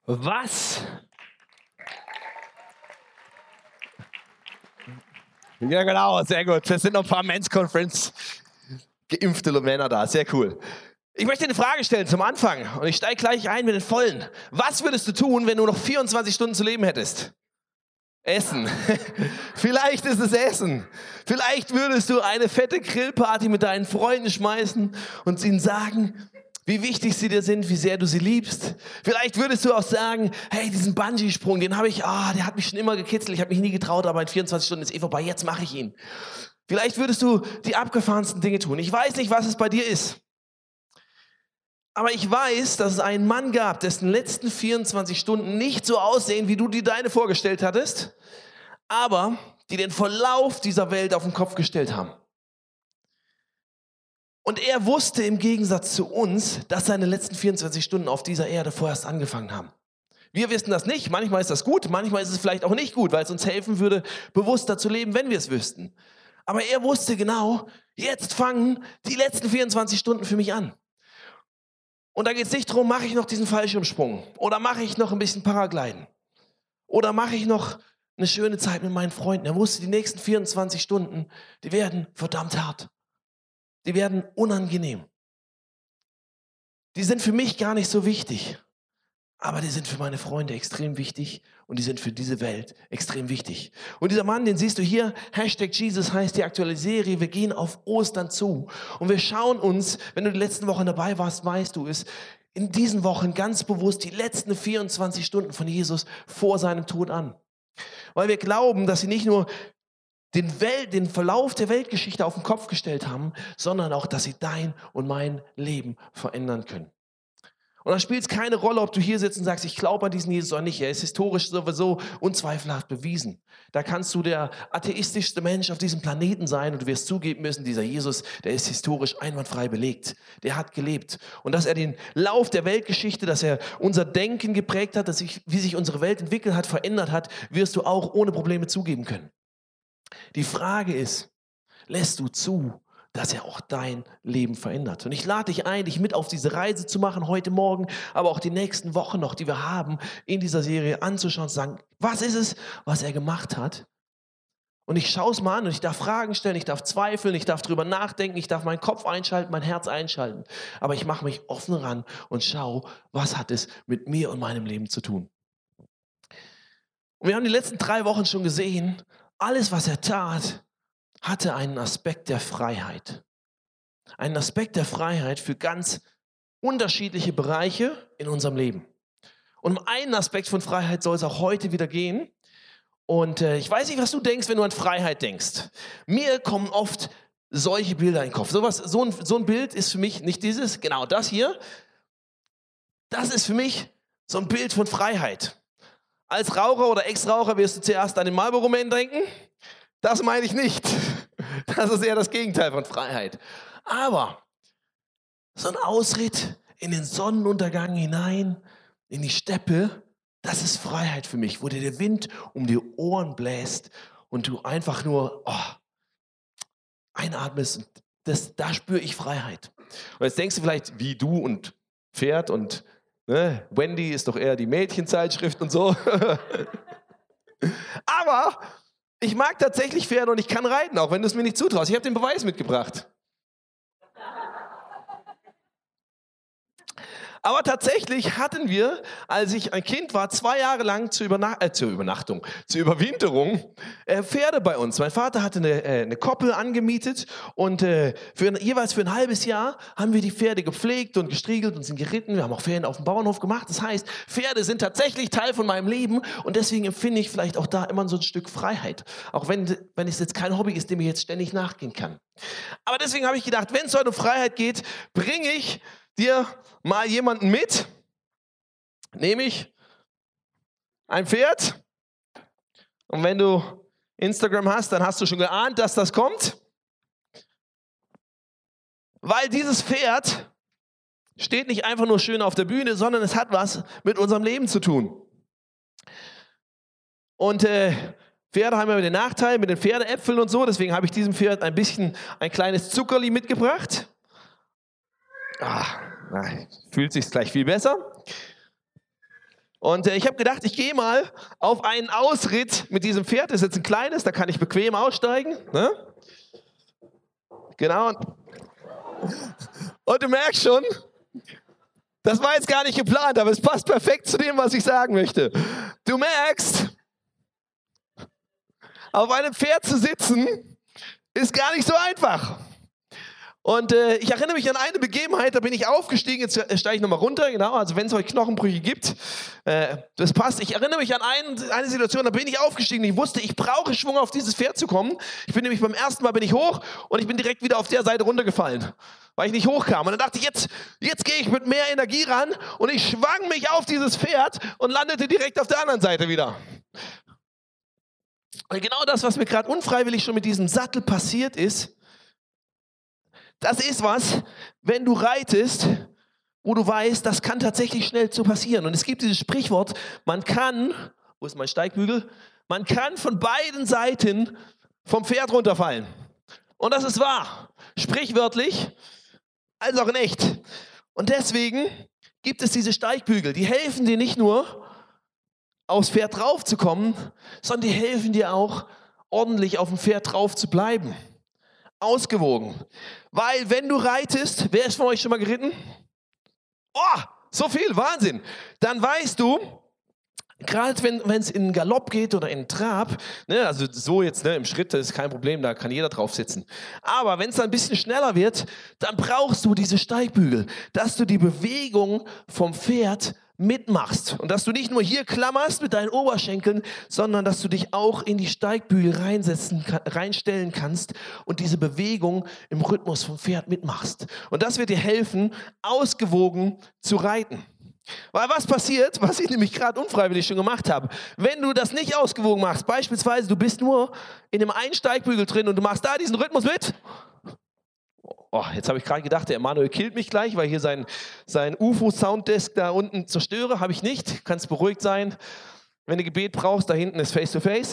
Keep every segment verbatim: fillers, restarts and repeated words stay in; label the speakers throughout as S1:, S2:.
S1: Was? Ja, genau, sehr gut. Wir sind noch ein paar Men's Conference geimpfte Männer da, sehr cool. Ich möchte eine Frage stellen zum Anfang und ich steige gleich ein mit den Vollen. Was würdest du tun, wenn du noch vierundzwanzig Stunden zu leben hättest? Essen. Vielleicht ist es Essen. Vielleicht würdest du eine fette Grillparty mit deinen Freunden schmeißen und ihnen sagen, wie wichtig sie dir sind, wie sehr du sie liebst. Vielleicht würdest du auch sagen, hey, diesen Bungee-Sprung, den habe ich, ah, der hat mich schon immer gekitzelt, ich habe mich nie getraut, aber in vierundzwanzig Stunden ist eh vorbei, jetzt mache ich ihn. Vielleicht würdest du die abgefahrensten Dinge tun. Ich weiß nicht, was es bei dir ist. Aber ich weiß, dass es einen Mann gab, dessen letzten vierundzwanzig Stunden nicht so aussehen, wie du dir deine vorgestellt hattest, aber die den Verlauf dieser Welt auf den Kopf gestellt haben. Und er wusste im Gegensatz zu uns, dass seine letzten vierundzwanzig Stunden auf dieser Erde vorerst angefangen haben. Wir wissen das nicht. Manchmal ist das gut, manchmal ist es vielleicht auch nicht gut, weil es uns helfen würde, bewusster zu leben, wenn wir es wüssten. Aber er wusste genau, jetzt fangen die letzten vierundzwanzig Stunden für mich an. Und da geht es nicht darum, mache ich noch diesen Fallschirmsprung oder mache ich noch ein bisschen Paragliden oder mache ich noch eine schöne Zeit mit meinen Freunden. Er wusste, die nächsten vierundzwanzig Stunden, die werden verdammt hart. Die werden unangenehm. Die sind für mich gar nicht so wichtig, aber die sind für meine Freunde extrem wichtig und die sind für diese Welt extrem wichtig. Und dieser Mann, den siehst du hier, Hashtag Jesus heißt die aktuelle Serie, wir gehen auf Ostern zu und wir schauen uns, wenn du die letzten Wochen dabei warst, weißt du es, in diesen Wochen ganz bewusst die letzten vierundzwanzig Stunden von Jesus vor seinem Tod an. Weil wir glauben, dass sie nicht nur Den, Welt, den Verlauf der Weltgeschichte auf den Kopf gestellt haben, sondern auch, dass sie dein und mein Leben verändern können. Und da spielt es keine Rolle, ob du hier sitzt und sagst, ich glaube an diesen Jesus oder nicht. Er ist historisch sowieso unzweifelhaft bewiesen. Da kannst du der atheistischste Mensch auf diesem Planeten sein und du wirst zugeben müssen, dieser Jesus, der ist historisch einwandfrei belegt. Der hat gelebt. Und dass er den Lauf der Weltgeschichte, dass er unser Denken geprägt hat, dass sich, wie sich unsere Welt entwickelt hat, verändert hat, wirst du auch ohne Probleme zugeben können. Die Frage ist, lässt du zu, dass er auch dein Leben verändert? Und ich lade dich ein, dich mit auf diese Reise zu machen, heute Morgen, aber auch die nächsten Wochen noch, die wir haben, in dieser Serie anzuschauen und zu sagen, was ist es, was er gemacht hat? Und ich schaue es mal an und ich darf Fragen stellen, ich darf zweifeln, ich darf drüber nachdenken, ich darf meinen Kopf einschalten, mein Herz einschalten. Aber ich mache mich offen ran und schaue, was hat es mit mir und meinem Leben zu tun? Und wir haben die letzten drei Wochen schon gesehen, alles, was er tat, hatte einen Aspekt der Freiheit. Einen Aspekt der Freiheit für ganz unterschiedliche Bereiche in unserem Leben. Und um einen Aspekt von Freiheit soll es auch heute wieder gehen. Und äh, ich weiß nicht, was du denkst, wenn du an Freiheit denkst. Mir kommen oft solche Bilder in den Kopf. So, was, so, ein, so ein Bild ist für mich nicht dieses, genau das hier. Das ist für mich so ein Bild von Freiheit. Als Raucher oder Ex-Raucher wirst du zuerst an den Marlboro-Man denken. Das meine ich nicht. Das ist eher das Gegenteil von Freiheit. Aber so ein Ausritt in den Sonnenuntergang hinein, in die Steppe, das ist Freiheit für mich, wo dir der Wind um die Ohren bläst und du einfach nur oh, einatmest. Das, da spüre ich Freiheit. Und jetzt denkst du vielleicht, wie du und Pferd und Ne? Wendy ist doch eher die Mädchenzeitschrift und so. Aber ich mag tatsächlich Pferde und ich kann reiten, auch wenn du es mir nicht zutraust. Ich habe den Beweis mitgebracht. Aber tatsächlich hatten wir, als ich ein Kind war, zwei Jahre lang zur, Überna- äh, zur Übernachtung, zur Überwinterung, äh, Pferde bei uns. Mein Vater hatte eine, äh, eine Koppel angemietet und äh, für, jeweils für ein halbes Jahr haben wir die Pferde gepflegt und gestriegelt und sind geritten. Wir haben auch Ferien auf dem Bauernhof gemacht. Das heißt, Pferde sind tatsächlich Teil von meinem Leben und deswegen empfinde ich vielleicht auch da immer so ein Stück Freiheit. Auch wenn, wenn es jetzt kein Hobby ist, dem ich jetzt ständig nachgehen kann. Aber deswegen habe ich gedacht, wenn es heute um Freiheit geht, bringe ich dir mal jemanden mit, nämlich ein Pferd. Und wenn du Instagram hast, dann hast du schon geahnt, dass das kommt. Weil dieses Pferd steht nicht einfach nur schön auf der Bühne, sondern es hat was mit unserem Leben zu tun. Und äh, Pferde haben ja den Nachteil mit den Pferdeäpfeln und so, deswegen habe ich diesem Pferd ein bisschen ein kleines Zuckerli mitgebracht. Ah, fühlt sich gleich viel besser. Und äh, ich habe gedacht, ich gehe mal auf einen Ausritt mit diesem Pferd. Das ist jetzt ein kleines, da kann ich bequem aussteigen. Ne? Genau. Und du merkst schon, das war jetzt gar nicht geplant, aber es passt perfekt zu dem, was ich sagen möchte. Du merkst, auf einem Pferd zu sitzen, ist gar nicht so einfach. Und äh, ich erinnere mich an eine Begebenheit, da bin ich aufgestiegen, jetzt steige ich nochmal runter, genau, also wenn es heute Knochenbrüche gibt, äh, das passt. Ich erinnere mich an ein, eine Situation, da bin ich aufgestiegen, ich wusste, ich brauche Schwung, auf dieses Pferd zu kommen. Ich bin nämlich beim ersten Mal bin ich hoch und ich bin direkt wieder auf der Seite runtergefallen, weil ich nicht hochkam. Und dann dachte ich, jetzt, jetzt gehe ich mit mehr Energie ran und ich schwang mich auf dieses Pferd und landete direkt auf der anderen Seite wieder. Und genau das, was mir gerade unfreiwillig schon mit diesem Sattel passiert ist, das ist was, wenn du reitest, wo du weißt, das kann tatsächlich schnell so passieren. Und es gibt dieses Sprichwort, man kann, wo ist mein Steigbügel? Man kann von beiden Seiten vom Pferd runterfallen. Und das ist wahr, sprichwörtlich, als auch in echt. Und deswegen gibt es diese Steigbügel, die helfen dir nicht nur, aufs Pferd drauf zu kommen, sondern die helfen dir auch, ordentlich auf dem Pferd drauf zu bleiben. Ausgewogen. Weil wenn du reitest, wer ist von euch schon mal geritten? Oh, so viel, Wahnsinn. Dann weißt du, gerade wenn es in Galopp geht oder in Trab, ne, also so jetzt ne, im Schritt, das ist kein Problem, da kann jeder drauf sitzen. Aber wenn es dann ein bisschen schneller wird, dann brauchst du diese Steigbügel, dass du die Bewegung vom Pferd mitmachst und dass du nicht nur hier klammerst mit deinen Oberschenkeln, sondern dass du dich auch in die Steigbügel reinsetzen, reinstellen kannst und diese Bewegung im Rhythmus vom Pferd mitmachst. Und das wird dir helfen, ausgewogen zu reiten. Weil was passiert, was ich nämlich gerade unfreiwillig schon gemacht habe, wenn du das nicht ausgewogen machst, beispielsweise du bist nur in einem einen Steigbügel drin und du machst da diesen Rhythmus mit. Oh, jetzt habe ich gerade gedacht, der Emanuel killt mich gleich, weil hier sein, sein U F O-Sounddesk da unten zerstöre. Habe ich nicht. Kannst beruhigt sein. Wenn du Gebet brauchst, da hinten ist Face-to-Face.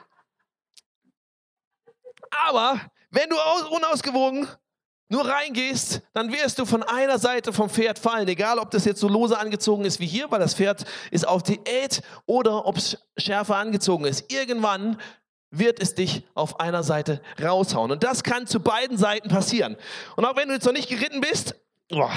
S1: Aber wenn du unausgewogen nur reingehst, dann wirst du von einer Seite vom Pferd fallen. Egal, ob das jetzt so lose angezogen ist wie hier, weil das Pferd ist auf Diät, oder ob es schärfer angezogen ist. Irgendwann wird es dich auf einer Seite raushauen. Und das kann zu beiden Seiten passieren. Und auch wenn du jetzt noch nicht geritten bist, boah,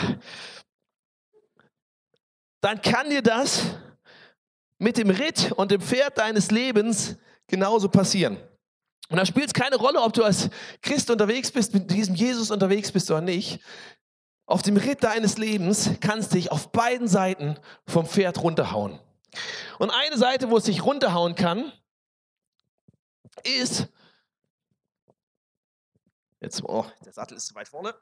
S1: dann kann dir das mit dem Ritt und dem Pferd deines Lebens genauso passieren. Und da spielt es keine Rolle, ob du als Christ unterwegs bist, mit diesem Jesus unterwegs bist oder nicht. Auf dem Ritt deines Lebens kannst du dich auf beiden Seiten vom Pferd runterhauen. Und eine Seite, wo es sich runterhauen kann, ist, jetzt, oh, der Sattel ist zu weit vorne,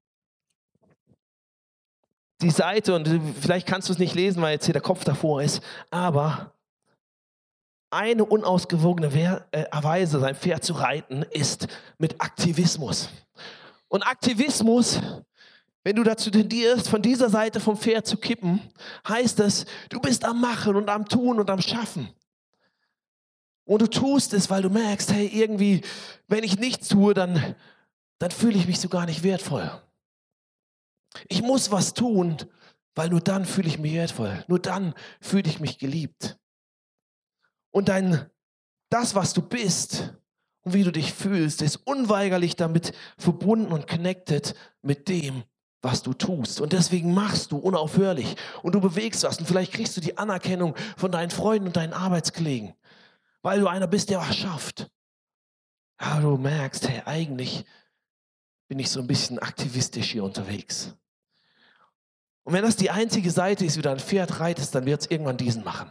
S1: die Seite, und vielleicht kannst du es nicht lesen, weil jetzt hier der Kopf davor ist, aber eine unausgewogene Weise, sein Pferd zu reiten, ist mit Aktivismus. Und Aktivismus, wenn du dazu tendierst, von dieser Seite vom Pferd zu kippen, heißt es, du bist am Machen und am Tun und am Schaffen. Und du tust es, weil du merkst, hey, irgendwie, wenn ich nichts tue, dann, dann fühle ich mich so gar nicht wertvoll. Ich muss was tun, weil nur dann fühle ich mich wertvoll. Nur dann fühle ich mich geliebt. Und dein, das, was du bist und wie du dich fühlst, ist unweigerlich damit verbunden und connected mit dem, was du tust. Und deswegen machst du unaufhörlich und du bewegst was. Und vielleicht kriegst du die Anerkennung von deinen Freunden und deinen Arbeitskollegen, weil du einer bist, der was schafft. Aber du merkst, hey, eigentlich bin ich so ein bisschen aktivistisch hier unterwegs. Und wenn das die einzige Seite ist, wie du ein Pferd reitest, dann wird es irgendwann diesen machen.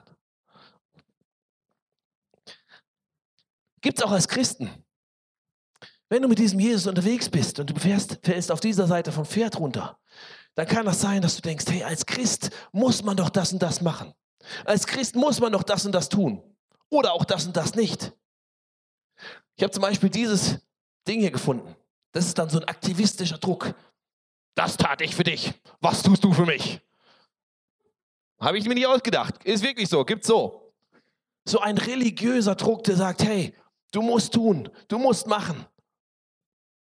S1: Gibt es auch als Christen. Wenn du mit diesem Jesus unterwegs bist und du fährst, fällst auf dieser Seite vom Pferd runter, dann kann das sein, dass du denkst, hey, als Christ muss man doch das und das machen. Als Christ muss man doch das und das tun. Oder auch das und das nicht. Ich habe zum Beispiel dieses Ding hier gefunden. Das ist dann so ein aktivistischer Druck. Das tat ich für dich. Was tust du für mich? Habe ich mir nicht ausgedacht. Ist wirklich so. Gibt's so. So ein religiöser Druck, der sagt, hey, du musst tun, du musst machen.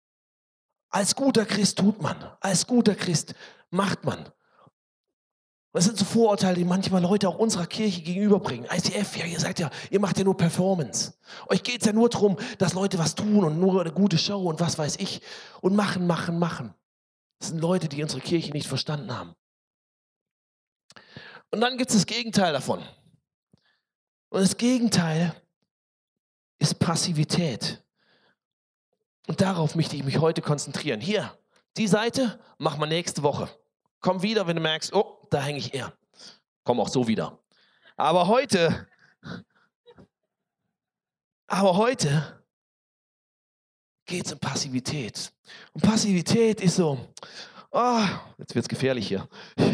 S1: Als guter Christ tut man. Als guter Christ macht man. Das sind so Vorurteile, die manchmal Leute auch unserer Kirche gegenüberbringen. I C F, ja, ihr seid ja, ihr macht ja nur Performance. Euch geht es ja nur darum, dass Leute was tun und nur eine gute Show und was weiß ich. Und machen, machen, machen. Das sind Leute, die unsere Kirche nicht verstanden haben. Und dann gibt es das Gegenteil davon. Und das Gegenteil ist Passivität. Und darauf möchte ich mich heute konzentrieren. Hier, die Seite, mach mal nächste Woche. Komm wieder, wenn du merkst, oh, da hänge ich eher. Komm auch so wieder. Aber heute, aber heute geht es um Passivität. Und Passivität ist so, oh, jetzt wird es gefährlich hier.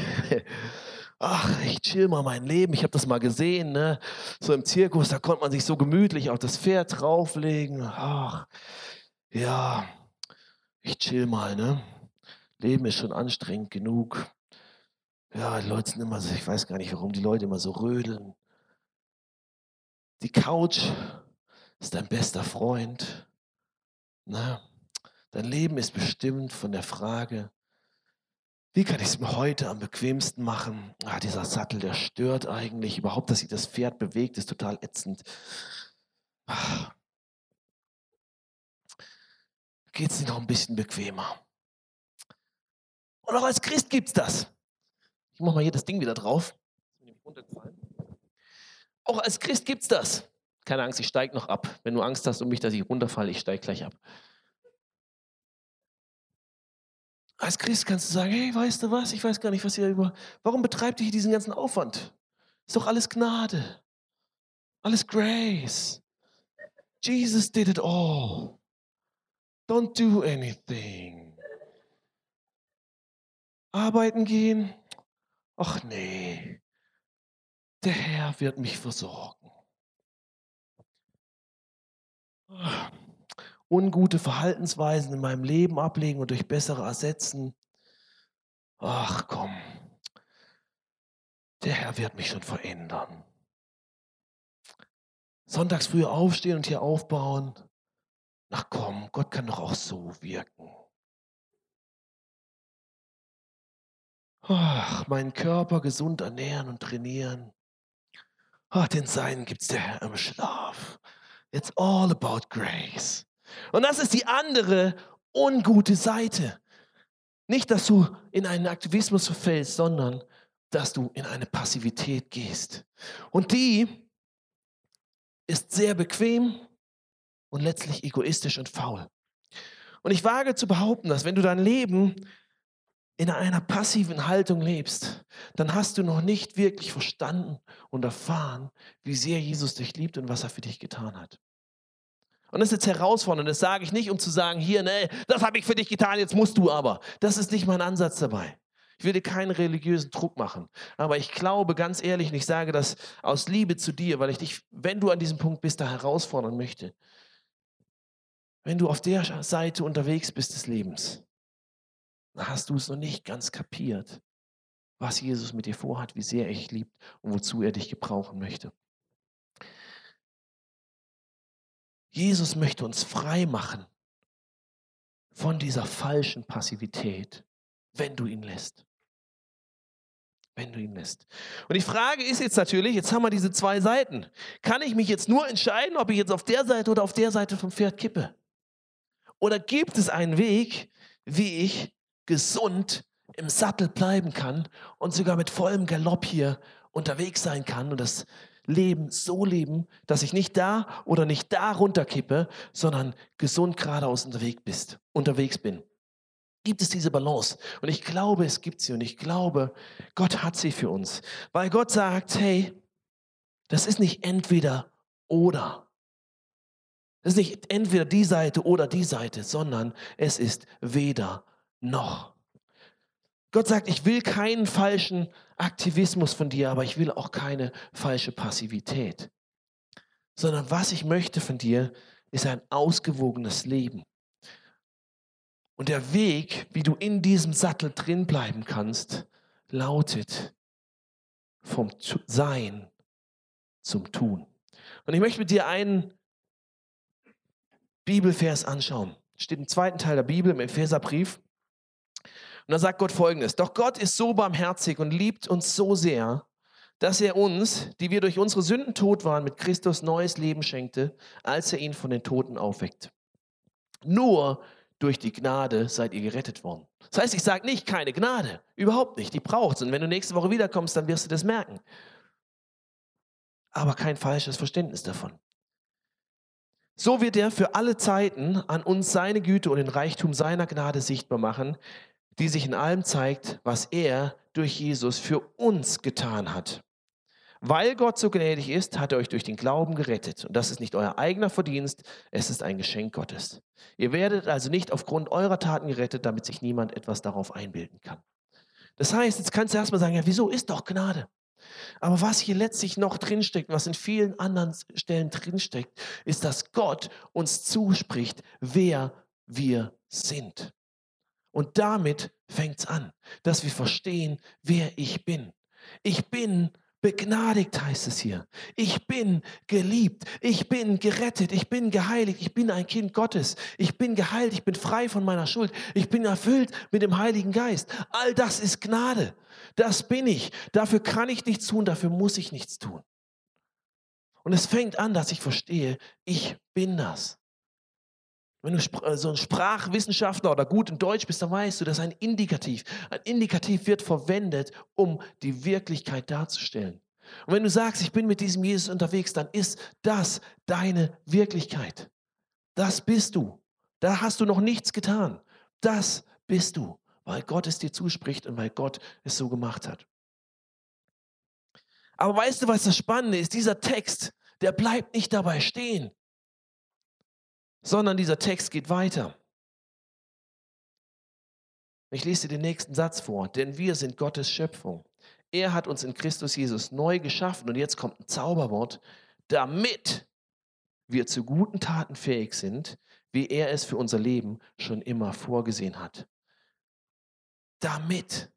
S1: Ach, ich chill mal mein Leben. Ich habe das mal gesehen, ne? So im Zirkus, da konnte man sich so gemütlich auf das Pferd drauflegen. Ach, ja, ich chill mal, ne? Leben ist schon anstrengend genug. Ja, die Leute sind immer so, ich weiß gar nicht, warum die Leute immer so rödeln. Die Couch ist dein bester Freund. Na, dein Leben ist bestimmt von der Frage, wie kann ich es mir heute am bequemsten machen? Ah, dieser Sattel, der stört eigentlich. Überhaupt, dass sich das Pferd bewegt, ist total ätzend. Ah. Geht es dir noch ein bisschen bequemer? Und auch als Christ gibt es das. Ich mache mal hier das Ding wieder drauf. Auch als Christ gibt es das. Keine Angst, ich steige noch ab. Wenn du Angst hast um mich, dass ich runterfalle, ich steige gleich ab. Als Christ kannst du sagen, hey, weißt du was? Ich weiß gar nicht, was ihr über... Warum betreibt ihr hier diesen ganzen Aufwand? Ist doch alles Gnade. Alles Grace. Jesus did it all. Don't do anything. Arbeiten gehen? Ach nee. Der Herr wird mich versorgen. Ungute Verhaltensweisen in meinem Leben ablegen und durch bessere ersetzen. Ach komm. Der Herr wird mich schon verändern. Sonntags früh aufstehen und hier aufbauen. Ach komm, Gott kann doch auch so wirken. Ach, meinen Körper gesund ernähren und trainieren. Ach, den Seinen gibt's der Herr im Schlaf. It's all about grace. Und das ist die andere ungute Seite. Nicht, dass du in einen Aktivismus verfällst, sondern dass du in eine Passivität gehst. Und die ist sehr bequem und letztlich egoistisch und faul. Und ich wage zu behaupten, dass wenn du dein Leben in einer passiven Haltung lebst, dann hast du noch nicht wirklich verstanden und erfahren, wie sehr Jesus dich liebt und was er für dich getan hat. Und das ist jetzt herausfordernd, das sage ich nicht, um zu sagen, hier, nee, das habe ich für dich getan, jetzt musst du aber. Das ist nicht mein Ansatz dabei. Ich will dir keinen religiösen Druck machen. Aber ich glaube, ganz ehrlich, und ich sage das aus Liebe zu dir, weil ich dich, wenn du an diesem Punkt bist, da herausfordern möchte. Wenn du auf der Seite unterwegs bist des Lebens, dann hast du es noch nicht ganz kapiert, was Jesus mit dir vorhat, wie sehr er dich liebt und wozu er dich gebrauchen möchte. Jesus möchte uns frei machen von dieser falschen Passivität, wenn du ihn lässt. Wenn du ihn lässt. Und die Frage ist jetzt natürlich, jetzt haben wir diese zwei Seiten. Kann ich mich jetzt nur entscheiden, ob ich jetzt auf der Seite oder auf der Seite vom Pferd kippe? Oder gibt es einen Weg, wie ich gesund im Sattel bleiben kann und sogar mit vollem Galopp hier unterwegs sein kann und das Leben so leben, dass ich nicht da oder nicht da runterkippe, sondern gesund geradeaus unterwegs bist, unterwegs bin. Gibt es diese Balance? Und ich glaube, es gibt sie und ich glaube, Gott hat sie für uns. Weil Gott sagt, hey, das ist nicht entweder oder. Das ist nicht entweder die Seite oder die Seite, sondern es ist weder noch. Gott sagt, ich will keinen falschen Aktivismus von dir, aber ich will auch keine falsche Passivität. Sondern was ich möchte von dir, ist ein ausgewogenes Leben. Und der Weg, wie du in diesem Sattel drin bleiben kannst, lautet vom Sein zum Tun. Und ich möchte mit dir einen Bibelvers anschauen. Steht im zweiten Teil der Bibel, im Epheserbrief. Und dann sagt Gott Folgendes: Doch Gott ist so barmherzig und liebt uns so sehr, dass er uns, die wir durch unsere Sünden tot waren, mit Christus neues Leben schenkte, als er ihn von den Toten aufweckt. Nur durch die Gnade seid ihr gerettet worden. Das heißt, ich sage nicht keine Gnade, überhaupt nicht, die braucht es. Und wenn du nächste Woche wiederkommst, dann wirst du das merken. Aber kein falsches Verständnis davon. So wird er für alle Zeiten an uns seine Güte und den Reichtum seiner Gnade sichtbar machen, die sich in allem zeigt, was er durch Jesus für uns getan hat. Weil Gott so gnädig ist, hat er euch durch den Glauben gerettet. Und das ist nicht euer eigener Verdienst, es ist ein Geschenk Gottes. Ihr werdet also nicht aufgrund eurer Taten gerettet, damit sich niemand etwas darauf einbilden kann. Das heißt, jetzt kannst du erstmal sagen, ja, wieso ist doch Gnade? Aber was hier letztlich noch drinsteckt, was in vielen anderen Stellen drinsteckt, ist, dass Gott uns zuspricht, wer wir sind. Und damit fängt es an, dass wir verstehen, wer ich bin. Ich bin begnadigt, heißt es hier. Ich bin geliebt. Ich bin gerettet. Ich bin geheiligt. Ich bin ein Kind Gottes. Ich bin geheilt. Ich bin frei von meiner Schuld. Ich bin erfüllt mit dem Heiligen Geist. All das ist Gnade. Das bin ich. Dafür kann ich nichts tun. Dafür muss ich nichts tun. Und es fängt an, dass ich verstehe, ich bin das. Wenn du so ein Sprachwissenschaftler oder gut in Deutsch bist, dann weißt du, das ist ein Indikativ. Ein Indikativ wird verwendet, um die Wirklichkeit darzustellen. Und wenn du sagst, ich bin mit diesem Jesus unterwegs, dann ist das deine Wirklichkeit. Das bist du. Da hast du noch nichts getan. Das bist du, weil Gott es dir zuspricht und weil Gott es so gemacht hat. Aber weißt du, was das Spannende ist? Dieser Text, der bleibt nicht dabei stehen, sondern dieser Text geht weiter. Ich lese dir den nächsten Satz vor. Denn wir sind Gottes Schöpfung. Er hat uns in Christus Jesus neu geschaffen. Und jetzt kommt ein Zauberwort. Damit wir zu guten Taten fähig sind, wie er es für unser Leben schon immer vorgesehen hat. Damit.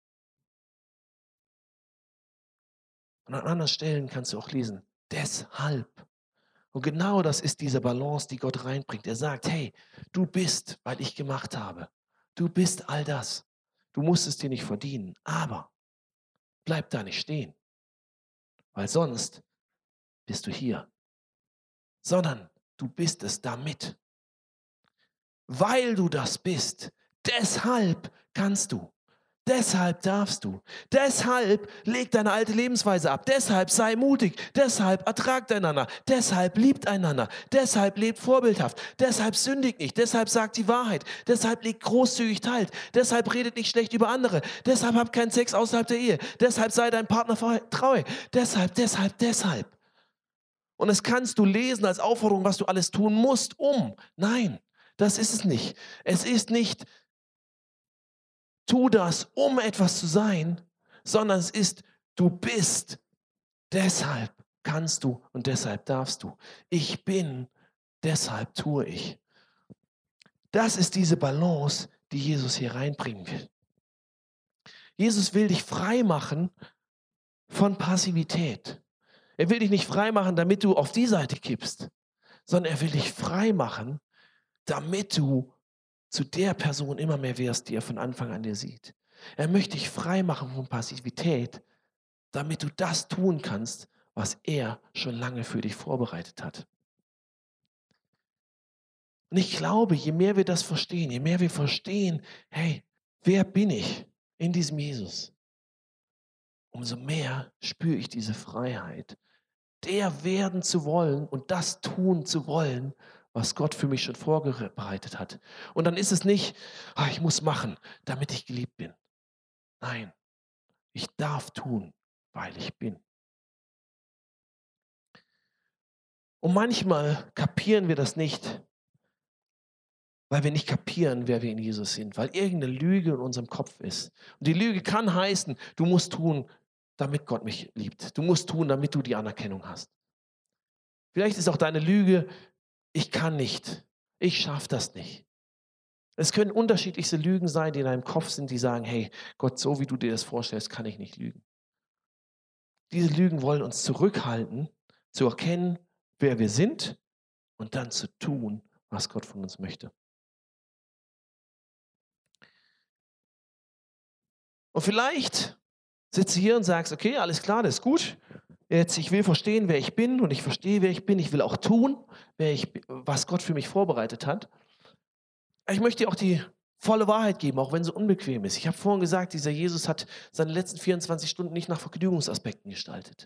S1: Und an anderen Stellen kannst du auch lesen. Deshalb. Und genau das ist diese Balance, die Gott reinbringt. Er sagt, hey, du bist, weil ich gemacht habe. Du bist all das. Du musst es dir nicht verdienen. Aber bleib da nicht stehen. Weil sonst bist du hier. Sondern du bist es damit. Weil du das bist. Deshalb kannst du. Deshalb darfst du. Deshalb leg deine alte Lebensweise ab. Deshalb sei mutig. Deshalb ertragt einander. Deshalb liebt einander. Deshalb lebt vorbildhaft. Deshalb sündigt nicht. Deshalb sagt die Wahrheit. Deshalb legt großzügig teilt. Deshalb redet nicht schlecht über andere. Deshalb habt keinen Sex außerhalb der Ehe. Deshalb sei dein Partner treu. Deshalb, deshalb, deshalb. Und das kannst du lesen als Aufforderung, was du alles tun musst, um. Nein, das ist es nicht. Es ist nicht tu das, um etwas zu sein, sondern es ist, du bist, deshalb kannst du und deshalb darfst du. Ich bin, deshalb tue ich. Das ist diese Balance, die Jesus hier reinbringen will. Jesus will dich frei machen von Passivität. Er will dich nicht frei machen, damit du auf die Seite kippst, sondern er will dich frei machen, damit du zu der Person immer mehr wirst, die er von Anfang an dir sieht. Er möchte dich frei machen von Passivität, damit du das tun kannst, was er schon lange für dich vorbereitet hat. Und ich glaube, je mehr wir das verstehen, je mehr wir verstehen, hey, wer bin ich in diesem Jesus, umso mehr spüre ich diese Freiheit, der werden zu wollen und das tun zu wollen, was Gott für mich schon vorbereitet hat. Und dann ist es nicht, ah, ich muss machen, damit ich geliebt bin. Nein, ich darf tun, weil ich bin. Und manchmal kapieren wir das nicht, weil wir nicht kapieren, wer wir in Jesus sind, weil irgendeine Lüge in unserem Kopf ist. Und die Lüge kann heißen, du musst tun, damit Gott mich liebt. Du musst tun, damit du die Anerkennung hast. Vielleicht ist auch deine Lüge, ich kann nicht, ich schaffe das nicht. Es können unterschiedlichste Lügen sein, die in deinem Kopf sind, die sagen, hey, Gott, so wie du dir das vorstellst, kann ich nicht lügen. Diese Lügen wollen uns zurückhalten, zu erkennen, wer wir sind und dann zu tun, was Gott von uns möchte. Und vielleicht sitzt du hier und sagst, okay, alles klar, das ist gut. Jetzt, ich will verstehen, wer ich bin und ich verstehe, wer ich bin. Ich will auch tun, wer ich, was Gott für mich vorbereitet hat. Ich möchte dir auch die volle Wahrheit geben, auch wenn es so unbequem ist. Ich habe vorhin gesagt, dieser Jesus hat seine letzten vierundzwanzig Stunden nicht nach Vergnügungsaspekten gestaltet.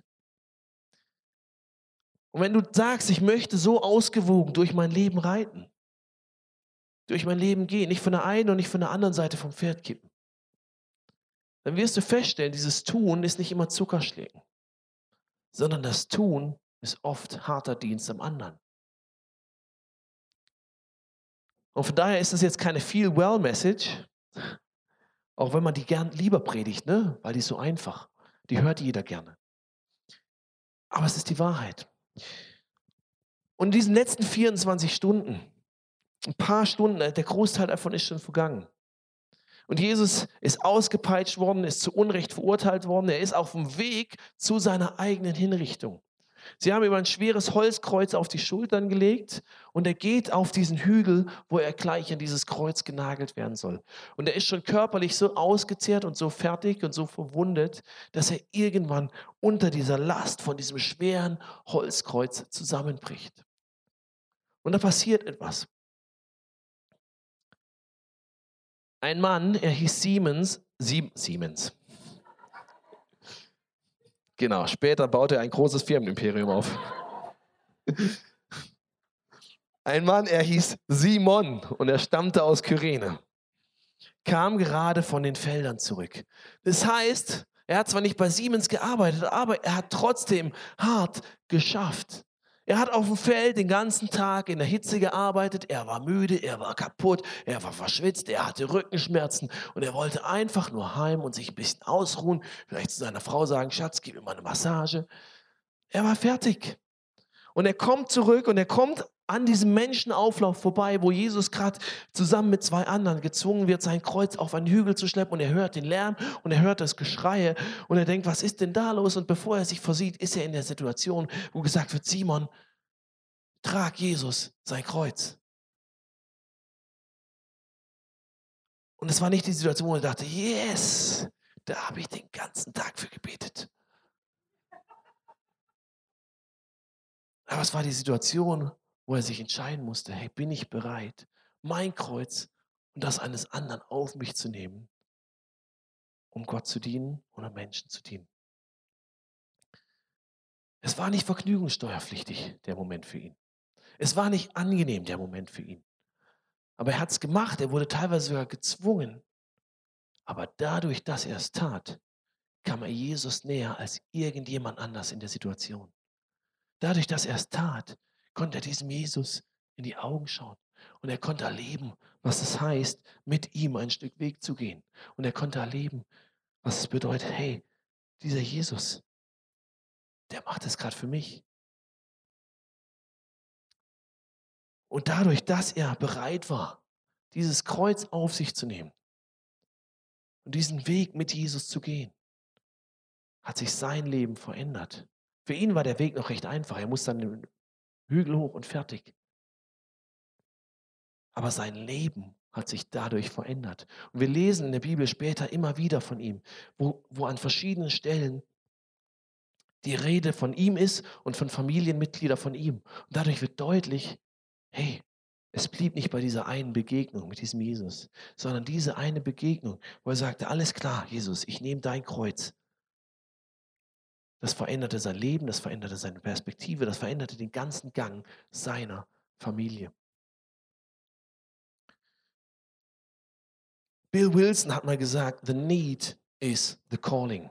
S1: Und wenn du sagst, ich möchte so ausgewogen durch mein Leben reiten, durch mein Leben gehen, nicht von der einen und nicht von der anderen Seite vom Pferd kippen, dann wirst du feststellen, dieses Tun ist nicht immer Zuckerschlecken, sondern das Tun ist oft harter Dienst am anderen. Und von daher ist es jetzt keine Feel-Well-Message, auch wenn man die gern lieber predigt, ne? Weil die ist so einfach. Die hört jeder gerne. Aber es ist die Wahrheit. Und in diesen letzten vierundzwanzig Stunden, ein paar Stunden, der Großteil davon ist schon vergangen. Und Jesus ist ausgepeitscht worden, ist zu Unrecht verurteilt worden. Er ist auf dem Weg zu seiner eigenen Hinrichtung. Sie haben ihm ein schweres Holzkreuz auf die Schultern gelegt und er geht auf diesen Hügel, wo er gleich an dieses Kreuz genagelt werden soll. Und er ist schon körperlich so ausgezehrt und so fertig und so verwundet, dass er irgendwann unter dieser Last von diesem schweren Holzkreuz zusammenbricht. Und da passiert etwas. Ein Mann, er hieß Siemens, Sie, Siemens. Genau, später baute er ein großes Firmenimperium auf. Ein Mann, er hieß Simon und er stammte aus Kyrene, kam gerade von den Feldern zurück. Das heißt, er hat zwar nicht bei Siemens gearbeitet, aber er hat trotzdem hart geschafft. Er hat auf dem Feld den ganzen Tag in der Hitze gearbeitet, er war müde, er war kaputt, er war verschwitzt, er hatte Rückenschmerzen und er wollte einfach nur heim und sich ein bisschen ausruhen, vielleicht zu seiner Frau sagen, Schatz, gib mir mal eine Massage. Er war fertig. Und er kommt zurück und er kommt an diesem Menschenauflauf vorbei, wo Jesus gerade zusammen mit zwei anderen gezwungen wird, sein Kreuz auf einen Hügel zu schleppen und er hört den Lärm und er hört das Geschreie und er denkt, was ist denn da los? Und bevor er sich versieht, ist er in der Situation, wo gesagt wird, Simon, trag Jesus sein Kreuz. Und es war nicht die Situation, wo er dachte, yes, da habe ich den ganzen Tag für gebetet. Aber es war die Situation, wo er sich entscheiden musste, hey, bin ich bereit, mein Kreuz und das eines anderen auf mich zu nehmen, um Gott zu dienen oder Menschen zu dienen. Es war nicht vergnügungssteuerpflichtig, der Moment für ihn. Es war nicht angenehm, der Moment für ihn. Aber er hat es gemacht, er wurde teilweise sogar gezwungen. Aber dadurch, dass er es tat, kam er Jesus näher als irgendjemand anders in der Situation. Dadurch, dass er es tat, konnte er diesem Jesus in die Augen schauen. Und er konnte erleben, was es heißt, mit ihm ein Stück Weg zu gehen. Und er konnte erleben, was es bedeutet, hey, dieser Jesus, der macht es gerade für mich. Und dadurch, dass er bereit war, dieses Kreuz auf sich zu nehmen und diesen Weg mit Jesus zu gehen, hat sich sein Leben verändert. Für ihn war der Weg noch recht einfach. Er musste dann den Hügel hoch und fertig. Aber sein Leben hat sich dadurch verändert. Und wir lesen in der Bibel später immer wieder von ihm, wo, wo an verschiedenen Stellen die Rede von ihm ist und von Familienmitgliedern von ihm. Und dadurch wird deutlich, hey, es blieb nicht bei dieser einen Begegnung mit diesem Jesus, sondern diese eine Begegnung, wo er sagte, alles klar, Jesus, ich nehme dein Kreuz. Das veränderte sein Leben, das veränderte seine Perspektive, das veränderte den ganzen Gang seiner Familie. Bill Wilson hat mal gesagt, the need is the calling.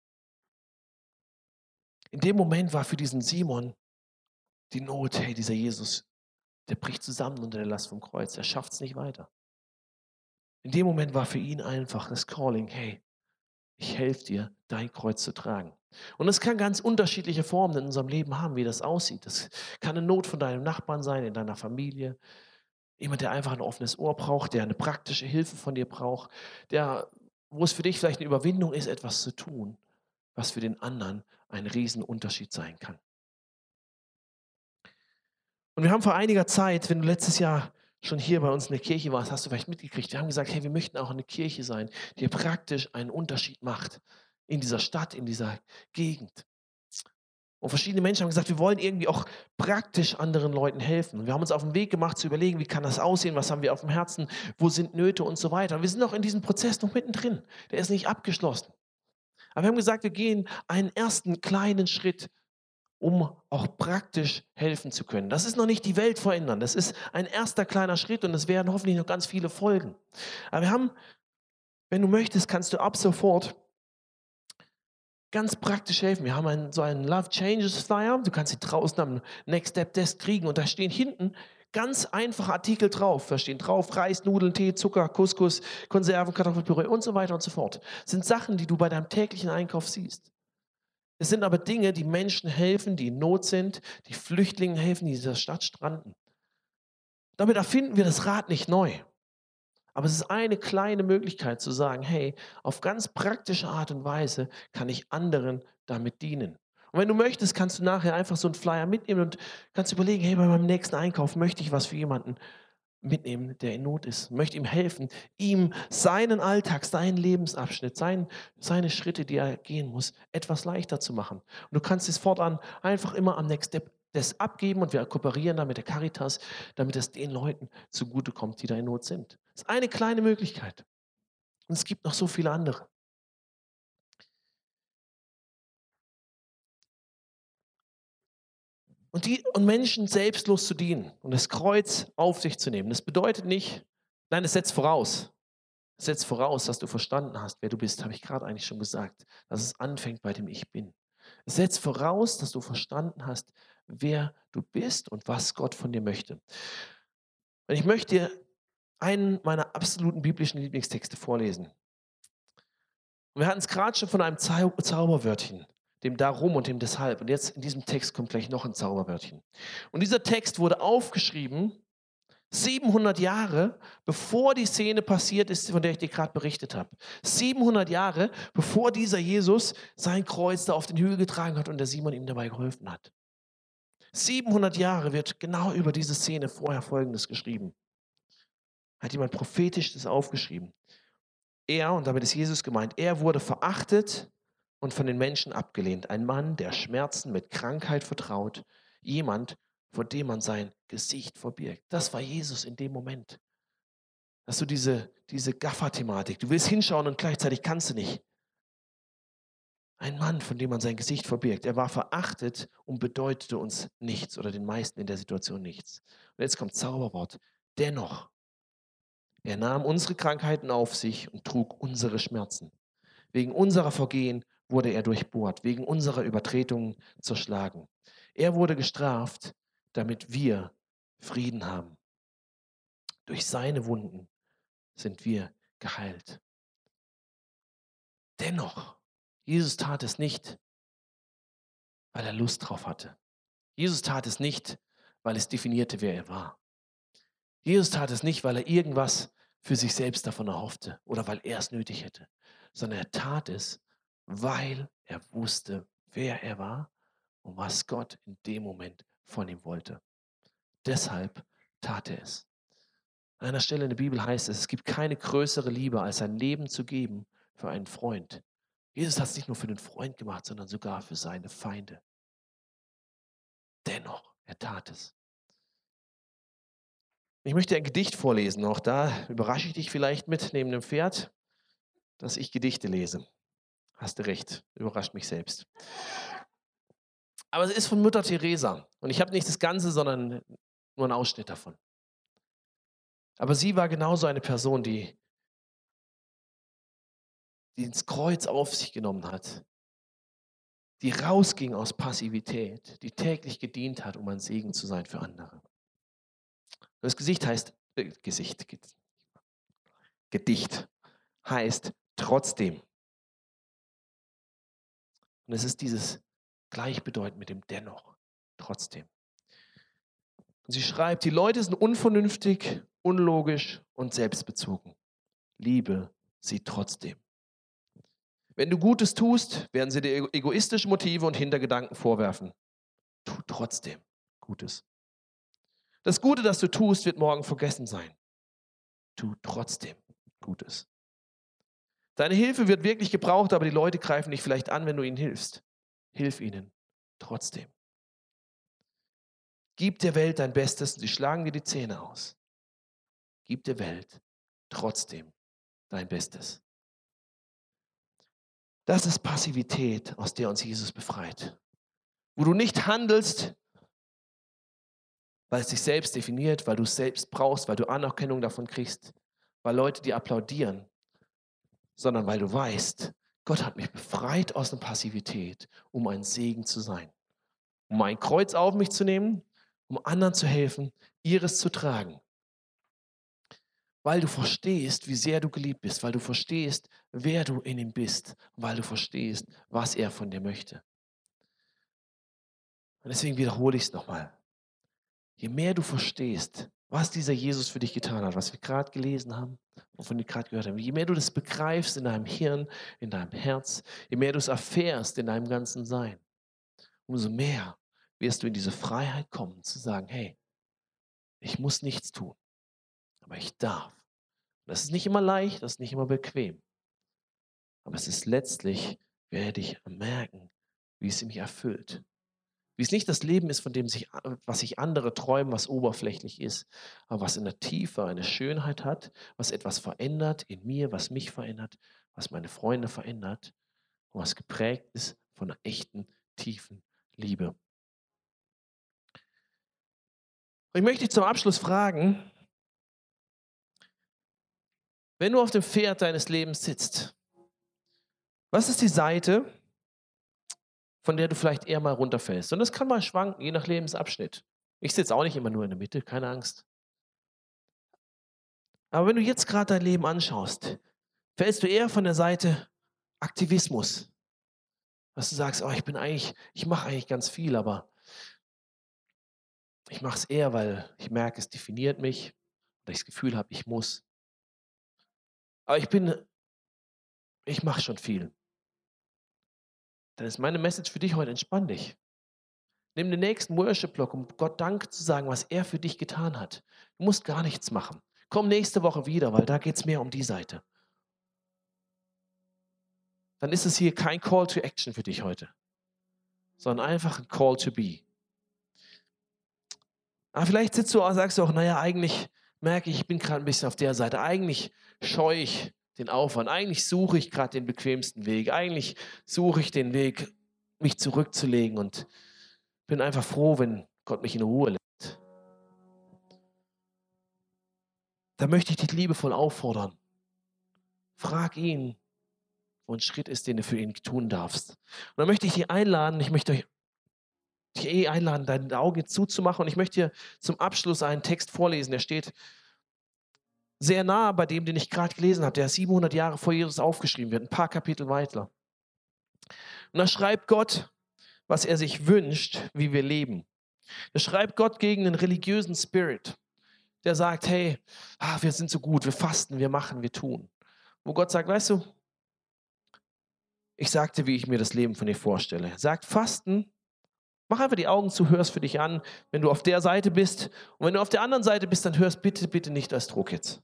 S1: In dem Moment war für diesen Simon die Not, hey, dieser Jesus, der bricht zusammen unter der Last vom Kreuz, er schafft es nicht weiter. In dem Moment war für ihn einfach das Calling, hey, ich helfe dir, dein Kreuz zu tragen. Und es kann ganz unterschiedliche Formen in unserem Leben haben, wie das aussieht. Das kann eine Not von deinem Nachbarn sein, in deiner Familie. Jemand, der einfach ein offenes Ohr braucht, der eine praktische Hilfe von dir braucht, der, wo es für dich vielleicht eine Überwindung ist, etwas zu tun, was für den anderen ein Riesenunterschied sein kann. Und wir haben vor einiger Zeit, wenn du letztes Jahr schon hier bei uns in der Kirche warst, hast du vielleicht mitgekriegt. Wir haben gesagt, hey, wir möchten auch eine Kirche sein, die praktisch einen Unterschied macht in dieser Stadt, in dieser Gegend. Und verschiedene Menschen haben gesagt, wir wollen irgendwie auch praktisch anderen Leuten helfen. Und wir haben uns auf den Weg gemacht zu überlegen, wie kann das aussehen, was haben wir auf dem Herzen, wo sind Nöte und so weiter. Und wir sind noch in diesem Prozess noch mittendrin. Der ist nicht abgeschlossen. Aber wir haben gesagt, wir gehen einen ersten kleinen Schritt, um auch praktisch helfen zu können. Das ist noch nicht die Welt verändern. Das ist ein erster kleiner Schritt und es werden hoffentlich noch ganz viele folgen. Aber wir haben, wenn du möchtest, kannst du ab sofort ganz praktisch helfen. Wir haben einen, so einen Love Changes Flyer. Du kannst sie draußen am Next Step Desk kriegen und da stehen hinten ganz einfache Artikel drauf. Da stehen drauf Reis, Nudeln, Tee, Zucker, Couscous, Konserven, Kartoffelpüree und so weiter und so fort. Das sind Sachen, die du bei deinem täglichen Einkauf siehst. Es sind aber Dinge, die Menschen helfen, die in Not sind, die Flüchtlingen helfen, die in dieser Stadt stranden. Damit erfinden wir das Rad nicht neu. Aber es ist eine kleine Möglichkeit zu sagen, hey, auf ganz praktische Art und Weise kann ich anderen damit dienen. Und wenn du möchtest, kannst du nachher einfach so einen Flyer mitnehmen und kannst überlegen, hey, bei meinem nächsten Einkauf möchte ich was für jemanden mitnehmen, der in Not ist. Möchte ihm helfen, ihm seinen Alltag, seinen Lebensabschnitt, sein, seine Schritte, die er gehen muss, etwas leichter zu machen. Und du kannst es fortan einfach immer am Next Step das abgeben und wir kooperieren da mit der Caritas, damit es den Leuten zugutekommt, die da in Not sind. Das ist eine kleine Möglichkeit. Und es gibt noch so viele andere. Und, die, und Menschen selbstlos zu dienen und das Kreuz auf sich zu nehmen, das bedeutet nicht, nein, es setzt voraus, es setzt voraus, dass du verstanden hast, wer du bist, habe ich gerade eigentlich schon gesagt, dass es anfängt bei dem Ich Bin. Es setzt voraus, dass du verstanden hast, wer du bist und was Gott von dir möchte. Und ich möchte dir einen meiner absoluten biblischen Lieblingstexte vorlesen. Und wir hatten es gerade schon von einem Zau Zauberwörtchen, dem Darum und dem Deshalb. Und jetzt in diesem Text kommt gleich noch ein Zauberwörtchen. Und dieser Text wurde aufgeschrieben siebenhundert Jahre, bevor die Szene passiert ist, von der ich dir gerade berichtet habe. siebenhundert Jahre, bevor dieser Jesus sein Kreuz da auf den Hügel getragen hat und der Simon ihm dabei geholfen hat. siebenhundert Jahre wird genau über diese Szene vorher Folgendes geschrieben. Hat jemand prophetisch das aufgeschrieben. Er, und damit ist Jesus gemeint, er wurde verachtet und von den Menschen abgelehnt. Ein Mann, der Schmerzen mit Krankheit vertraut. Jemand, vor dem man sein Gesicht verbirgt. Das war Jesus in dem Moment. Hast du diese, diese Gaffer-Thematik. Du willst hinschauen und gleichzeitig kannst du nicht. Ein Mann, von dem man sein Gesicht verbirgt. Er war verachtet und bedeutete uns nichts oder den meisten in der Situation nichts. Und jetzt kommt Zauberwort. Dennoch. Er nahm unsere Krankheiten auf sich und trug unsere Schmerzen. Wegen unserer Vergehen wurde er durchbohrt, wegen unserer Übertretungen zerschlagen. Er wurde gestraft, damit wir Frieden haben. Durch seine Wunden sind wir geheilt. Dennoch, Jesus tat es nicht, weil er Lust drauf hatte. Jesus tat es nicht, weil es definierte, wer er war. Jesus tat es nicht, weil er irgendwas für sich selbst davon erhoffte oder weil er es nötig hätte, sondern er tat es, weil er wusste, wer er war und was Gott in dem Moment von ihm wollte. Deshalb tat er es. An einer Stelle in der Bibel heißt es, es gibt keine größere Liebe, als sein Leben zu geben für einen Freund. Jesus hat es nicht nur für den Freund gemacht, sondern sogar für seine Feinde. Dennoch, er tat es. Ich möchte ein Gedicht vorlesen. Auch da überrasche ich dich vielleicht mit neben dem Pferd, dass ich Gedichte lese. Hast du recht, überrascht mich selbst. Aber es ist von Mutter Teresa. Und ich habe nicht das Ganze, sondern nur einen Ausschnitt davon. Aber sie war genauso eine Person, die, die das Kreuz auf sich genommen hat. Die rausging aus Passivität, die täglich gedient hat, um ein Segen zu sein für andere. Das Gesicht heißt, äh, Gesicht, Gedicht heißt trotzdem. Und es ist dieses gleichbedeutend mit dem dennoch, trotzdem. Und sie schreibt, die Leute sind unvernünftig, unlogisch und selbstbezogen. Liebe sie trotzdem. Wenn du Gutes tust, werden sie dir egoistische Motive und Hintergedanken vorwerfen. Tu trotzdem Gutes. Das Gute, das du tust, wird morgen vergessen sein. Tu trotzdem Gutes. Deine Hilfe wird wirklich gebraucht, aber die Leute greifen dich vielleicht an, wenn du ihnen hilfst. Hilf ihnen trotzdem. Gib der Welt dein Bestes und sie schlagen dir die Zähne aus. Gib der Welt trotzdem dein Bestes. Das ist Passivität, aus der uns Jesus befreit. Wo du nicht handelst, weil es dich selbst definiert, weil du es selbst brauchst, weil du Anerkennung davon kriegst, weil Leute dir applaudieren, sondern weil du weißt, Gott hat mich befreit aus der Passivität, um ein Segen zu sein. Um mein Kreuz auf mich zu nehmen, um anderen zu helfen, ihres zu tragen. Weil du verstehst, wie sehr du geliebt bist, weil du verstehst, wer du in ihm bist, weil du verstehst, was er von dir möchte. Und deswegen wiederhole ich es nochmal. Je mehr du verstehst, was dieser Jesus für dich getan hat, was wir gerade gelesen haben, wovon wir gerade gehört haben, je mehr du das begreifst in deinem Hirn, in deinem Herz, je mehr du es erfährst in deinem ganzen Sein, umso mehr wirst du in diese Freiheit kommen, zu sagen, hey, ich muss nichts tun, aber ich darf. Das ist nicht immer leicht, das ist nicht immer bequem, aber es ist letztlich, werde ich merken, wie es mich erfüllt. Wie es nicht das Leben ist, von dem sich, was sich andere träumen, was oberflächlich ist, aber was in der Tiefe eine Schönheit hat, was etwas verändert in mir, was mich verändert, was meine Freunde verändert und was geprägt ist von einer echten, tiefen Liebe. Und ich möchte dich zum Abschluss fragen, wenn du auf dem Pferd deines Lebens sitzt, was ist die Seite, von der du vielleicht eher mal runterfällst? Und das kann mal schwanken, je nach Lebensabschnitt. Ich sitze auch nicht immer nur in der Mitte, keine Angst. Aber wenn du jetzt gerade dein Leben anschaust, fällst du eher von der Seite Aktivismus. Dass du sagst, oh, ich bin eigentlich, ich mache eigentlich ganz viel, aber ich mache es eher, weil ich merke, es definiert mich oder ich das Gefühl habe, ich muss. Aber ich bin, ich mache schon viel. Dann ist meine Message für dich heute, entspann dich. Nimm den nächsten Worship-Block, um Gott Dank zu sagen, was er für dich getan hat. Du musst gar nichts machen. Komm nächste Woche wieder, weil da geht es mehr um die Seite. Dann ist es hier kein Call to Action für dich heute, sondern einfach ein Call to be. Aber vielleicht sitzt du und sagst du auch, naja, eigentlich merke ich, ich bin gerade ein bisschen auf der Seite. Eigentlich scheue ich den Aufwand. Eigentlich suche ich gerade den bequemsten Weg. Eigentlich suche ich den Weg, mich zurückzulegen und bin einfach froh, wenn Gott mich in Ruhe lässt. Da möchte ich dich liebevoll auffordern. Frag ihn, wo ein Schritt ist, den du für ihn tun darfst. Und dann möchte ich dich einladen, ich möchte euch dich eh einladen, deine Augen zuzumachen. Und ich möchte dir zum Abschluss einen Text vorlesen, der steht sehr nah bei dem, den ich gerade gelesen habe, der siebenhundert Jahre vor Jesus aufgeschrieben wird, ein paar Kapitel weiter. Und da schreibt Gott, was er sich wünscht, wie wir leben. Da schreibt Gott gegen den religiösen Spirit, der sagt, hey, ah, wir sind so gut, wir fasten, wir machen, wir tun. Wo Gott sagt, weißt du, ich sagte, wie ich mir das Leben von dir vorstelle. Er sagt, Fasten, mach einfach die Augen zu, hör's für dich an, wenn du auf der Seite bist. Und wenn du auf der anderen Seite bist, dann hör's bitte, bitte nicht als Druck jetzt.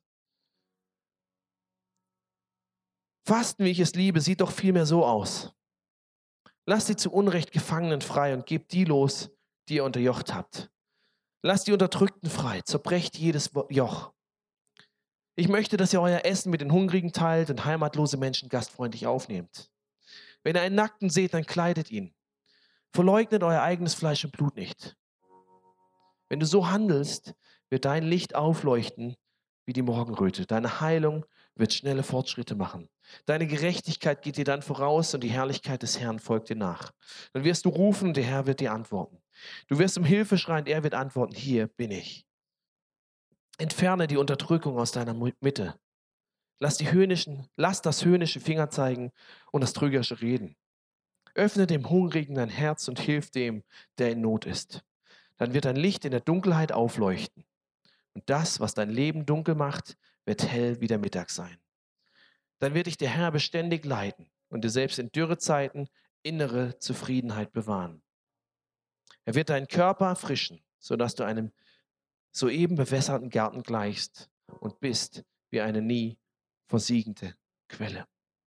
S1: Fasten, wie ich es liebe, sieht doch vielmehr so aus. Lasst die zu Unrecht Gefangenen frei und gebt die los, die ihr unterjocht habt. Lasst die Unterdrückten frei, zerbrecht jedes Joch. Ich möchte, dass ihr euer Essen mit den Hungrigen teilt und heimatlose Menschen gastfreundlich aufnehmt. Wenn ihr einen Nackten seht, dann kleidet ihn. Verleugnet euer eigenes Fleisch und Blut nicht. Wenn du so handelst, wird dein Licht aufleuchten wie die Morgenröte. Deine Heilung wird schnelle Fortschritte machen. Deine Gerechtigkeit geht dir dann voraus und die Herrlichkeit des Herrn folgt dir nach. Dann wirst du rufen und der Herr wird dir antworten. Du wirst um Hilfe schreien, er wird antworten, hier bin ich. Entferne die Unterdrückung aus deiner Mitte. Lass, die höhnischen, lass das höhnische Fingerzeigen und das trügerische Reden. Öffne dem Hungrigen dein Herz und hilf dem, der in Not ist. Dann wird dein Licht in der Dunkelheit aufleuchten. Und das, was dein Leben dunkel macht, wird hell wie der Mittag sein. Dann wird dich der Herr beständig leiten und dir selbst in Dürrezeiten innere Zufriedenheit bewahren. Er wird deinen Körper erfrischen, sodass du einem soeben bewässerten Garten gleichst und bist wie eine nie versiegende Quelle.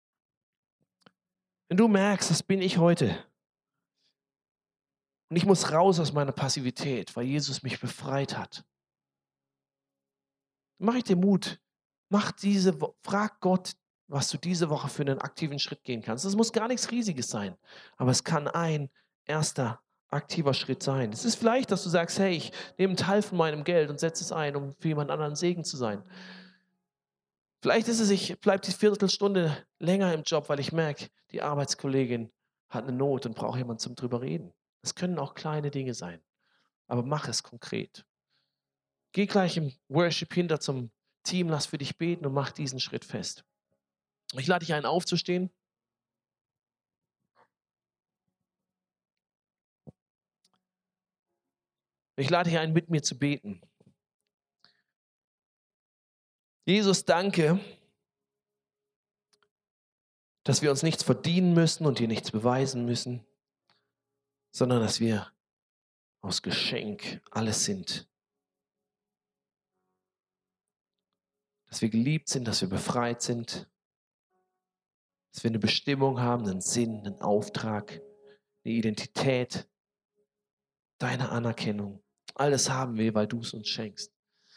S1: Wenn du merkst, das bin ich heute und ich muss raus aus meiner Passivität, weil Jesus mich befreit hat, dann mache ich dir Mut. Mach diese, Wo- frag Gott, was du diese Woche für einen aktiven Schritt gehen kannst. Das muss gar nichts Riesiges sein, aber es kann ein erster aktiver Schritt sein. Es ist vielleicht, dass du sagst, hey, ich nehme einen Teil von meinem Geld und setze es ein, um für jemand anderen Segen zu sein. Vielleicht ist es, ich bleibe die Viertelstunde länger im Job, weil ich merke, die Arbeitskollegin hat eine Not und braucht jemanden zum drüber reden. Das können auch kleine Dinge sein, aber mach es konkret. Geh gleich im Worship hinter zum Team, lass für dich beten und mach diesen Schritt fest. Ich lade dich ein, aufzustehen. Ich lade dich ein, mit mir zu beten. Jesus, danke, dass wir uns nichts verdienen müssen und dir nichts beweisen müssen, sondern dass wir aus Geschenk alles sind. Dass wir geliebt sind, dass wir befreit sind, dass wir eine Bestimmung haben, einen Sinn, einen Auftrag, eine Identität, deine Anerkennung. Alles haben wir, weil du es uns schenkst.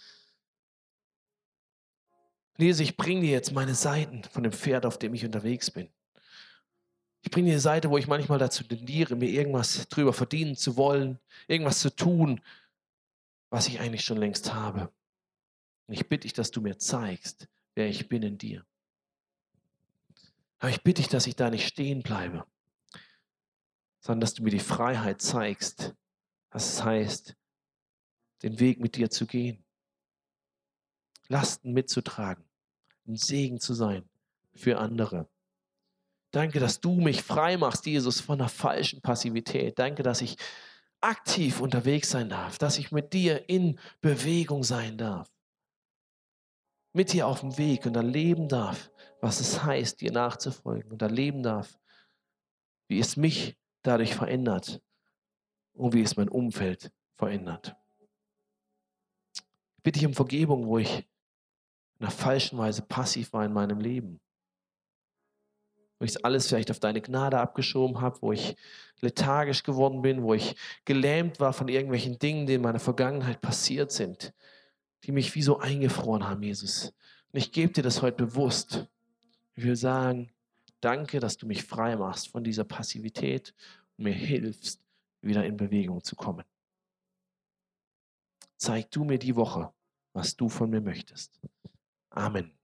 S1: Jesus, ich bringe dir jetzt meine Seiten von dem Pferd, auf dem ich unterwegs bin. Ich bringe dir die Seite, wo ich manchmal dazu tendiere, mir irgendwas drüber verdienen zu wollen, irgendwas zu tun, was ich eigentlich schon längst habe. Und ich bitte dich, dass du mir zeigst, wer ich bin in dir. Aber ich bitte dich, dass ich da nicht stehen bleibe, sondern dass du mir die Freiheit zeigst, was es heißt, den Weg mit dir zu gehen, Lasten mitzutragen, ein Segen zu sein für andere. Danke, dass du mich frei machst, Jesus, von einer falschen Passivität. Danke, dass ich aktiv unterwegs sein darf, dass ich mit dir in Bewegung sein darf, mit dir auf dem Weg und erleben darf, was es heißt, dir nachzufolgen und erleben darf, wie es mich dadurch verändert und wie es mein Umfeld verändert. Ich bitte dich um Vergebung, wo ich in einer falschen Weise passiv war in meinem Leben. Wo ich alles vielleicht auf deine Gnade abgeschoben habe, wo ich lethargisch geworden bin, wo ich gelähmt war von irgendwelchen Dingen, die in meiner Vergangenheit passiert sind, die mich wie so eingefroren haben, Jesus. Und ich gebe dir das heute bewusst. Ich will sagen, danke, dass du mich frei machst von dieser Passivität und mir hilfst, wieder in Bewegung zu kommen. Zeig du mir die Woche, was du von mir möchtest. Amen.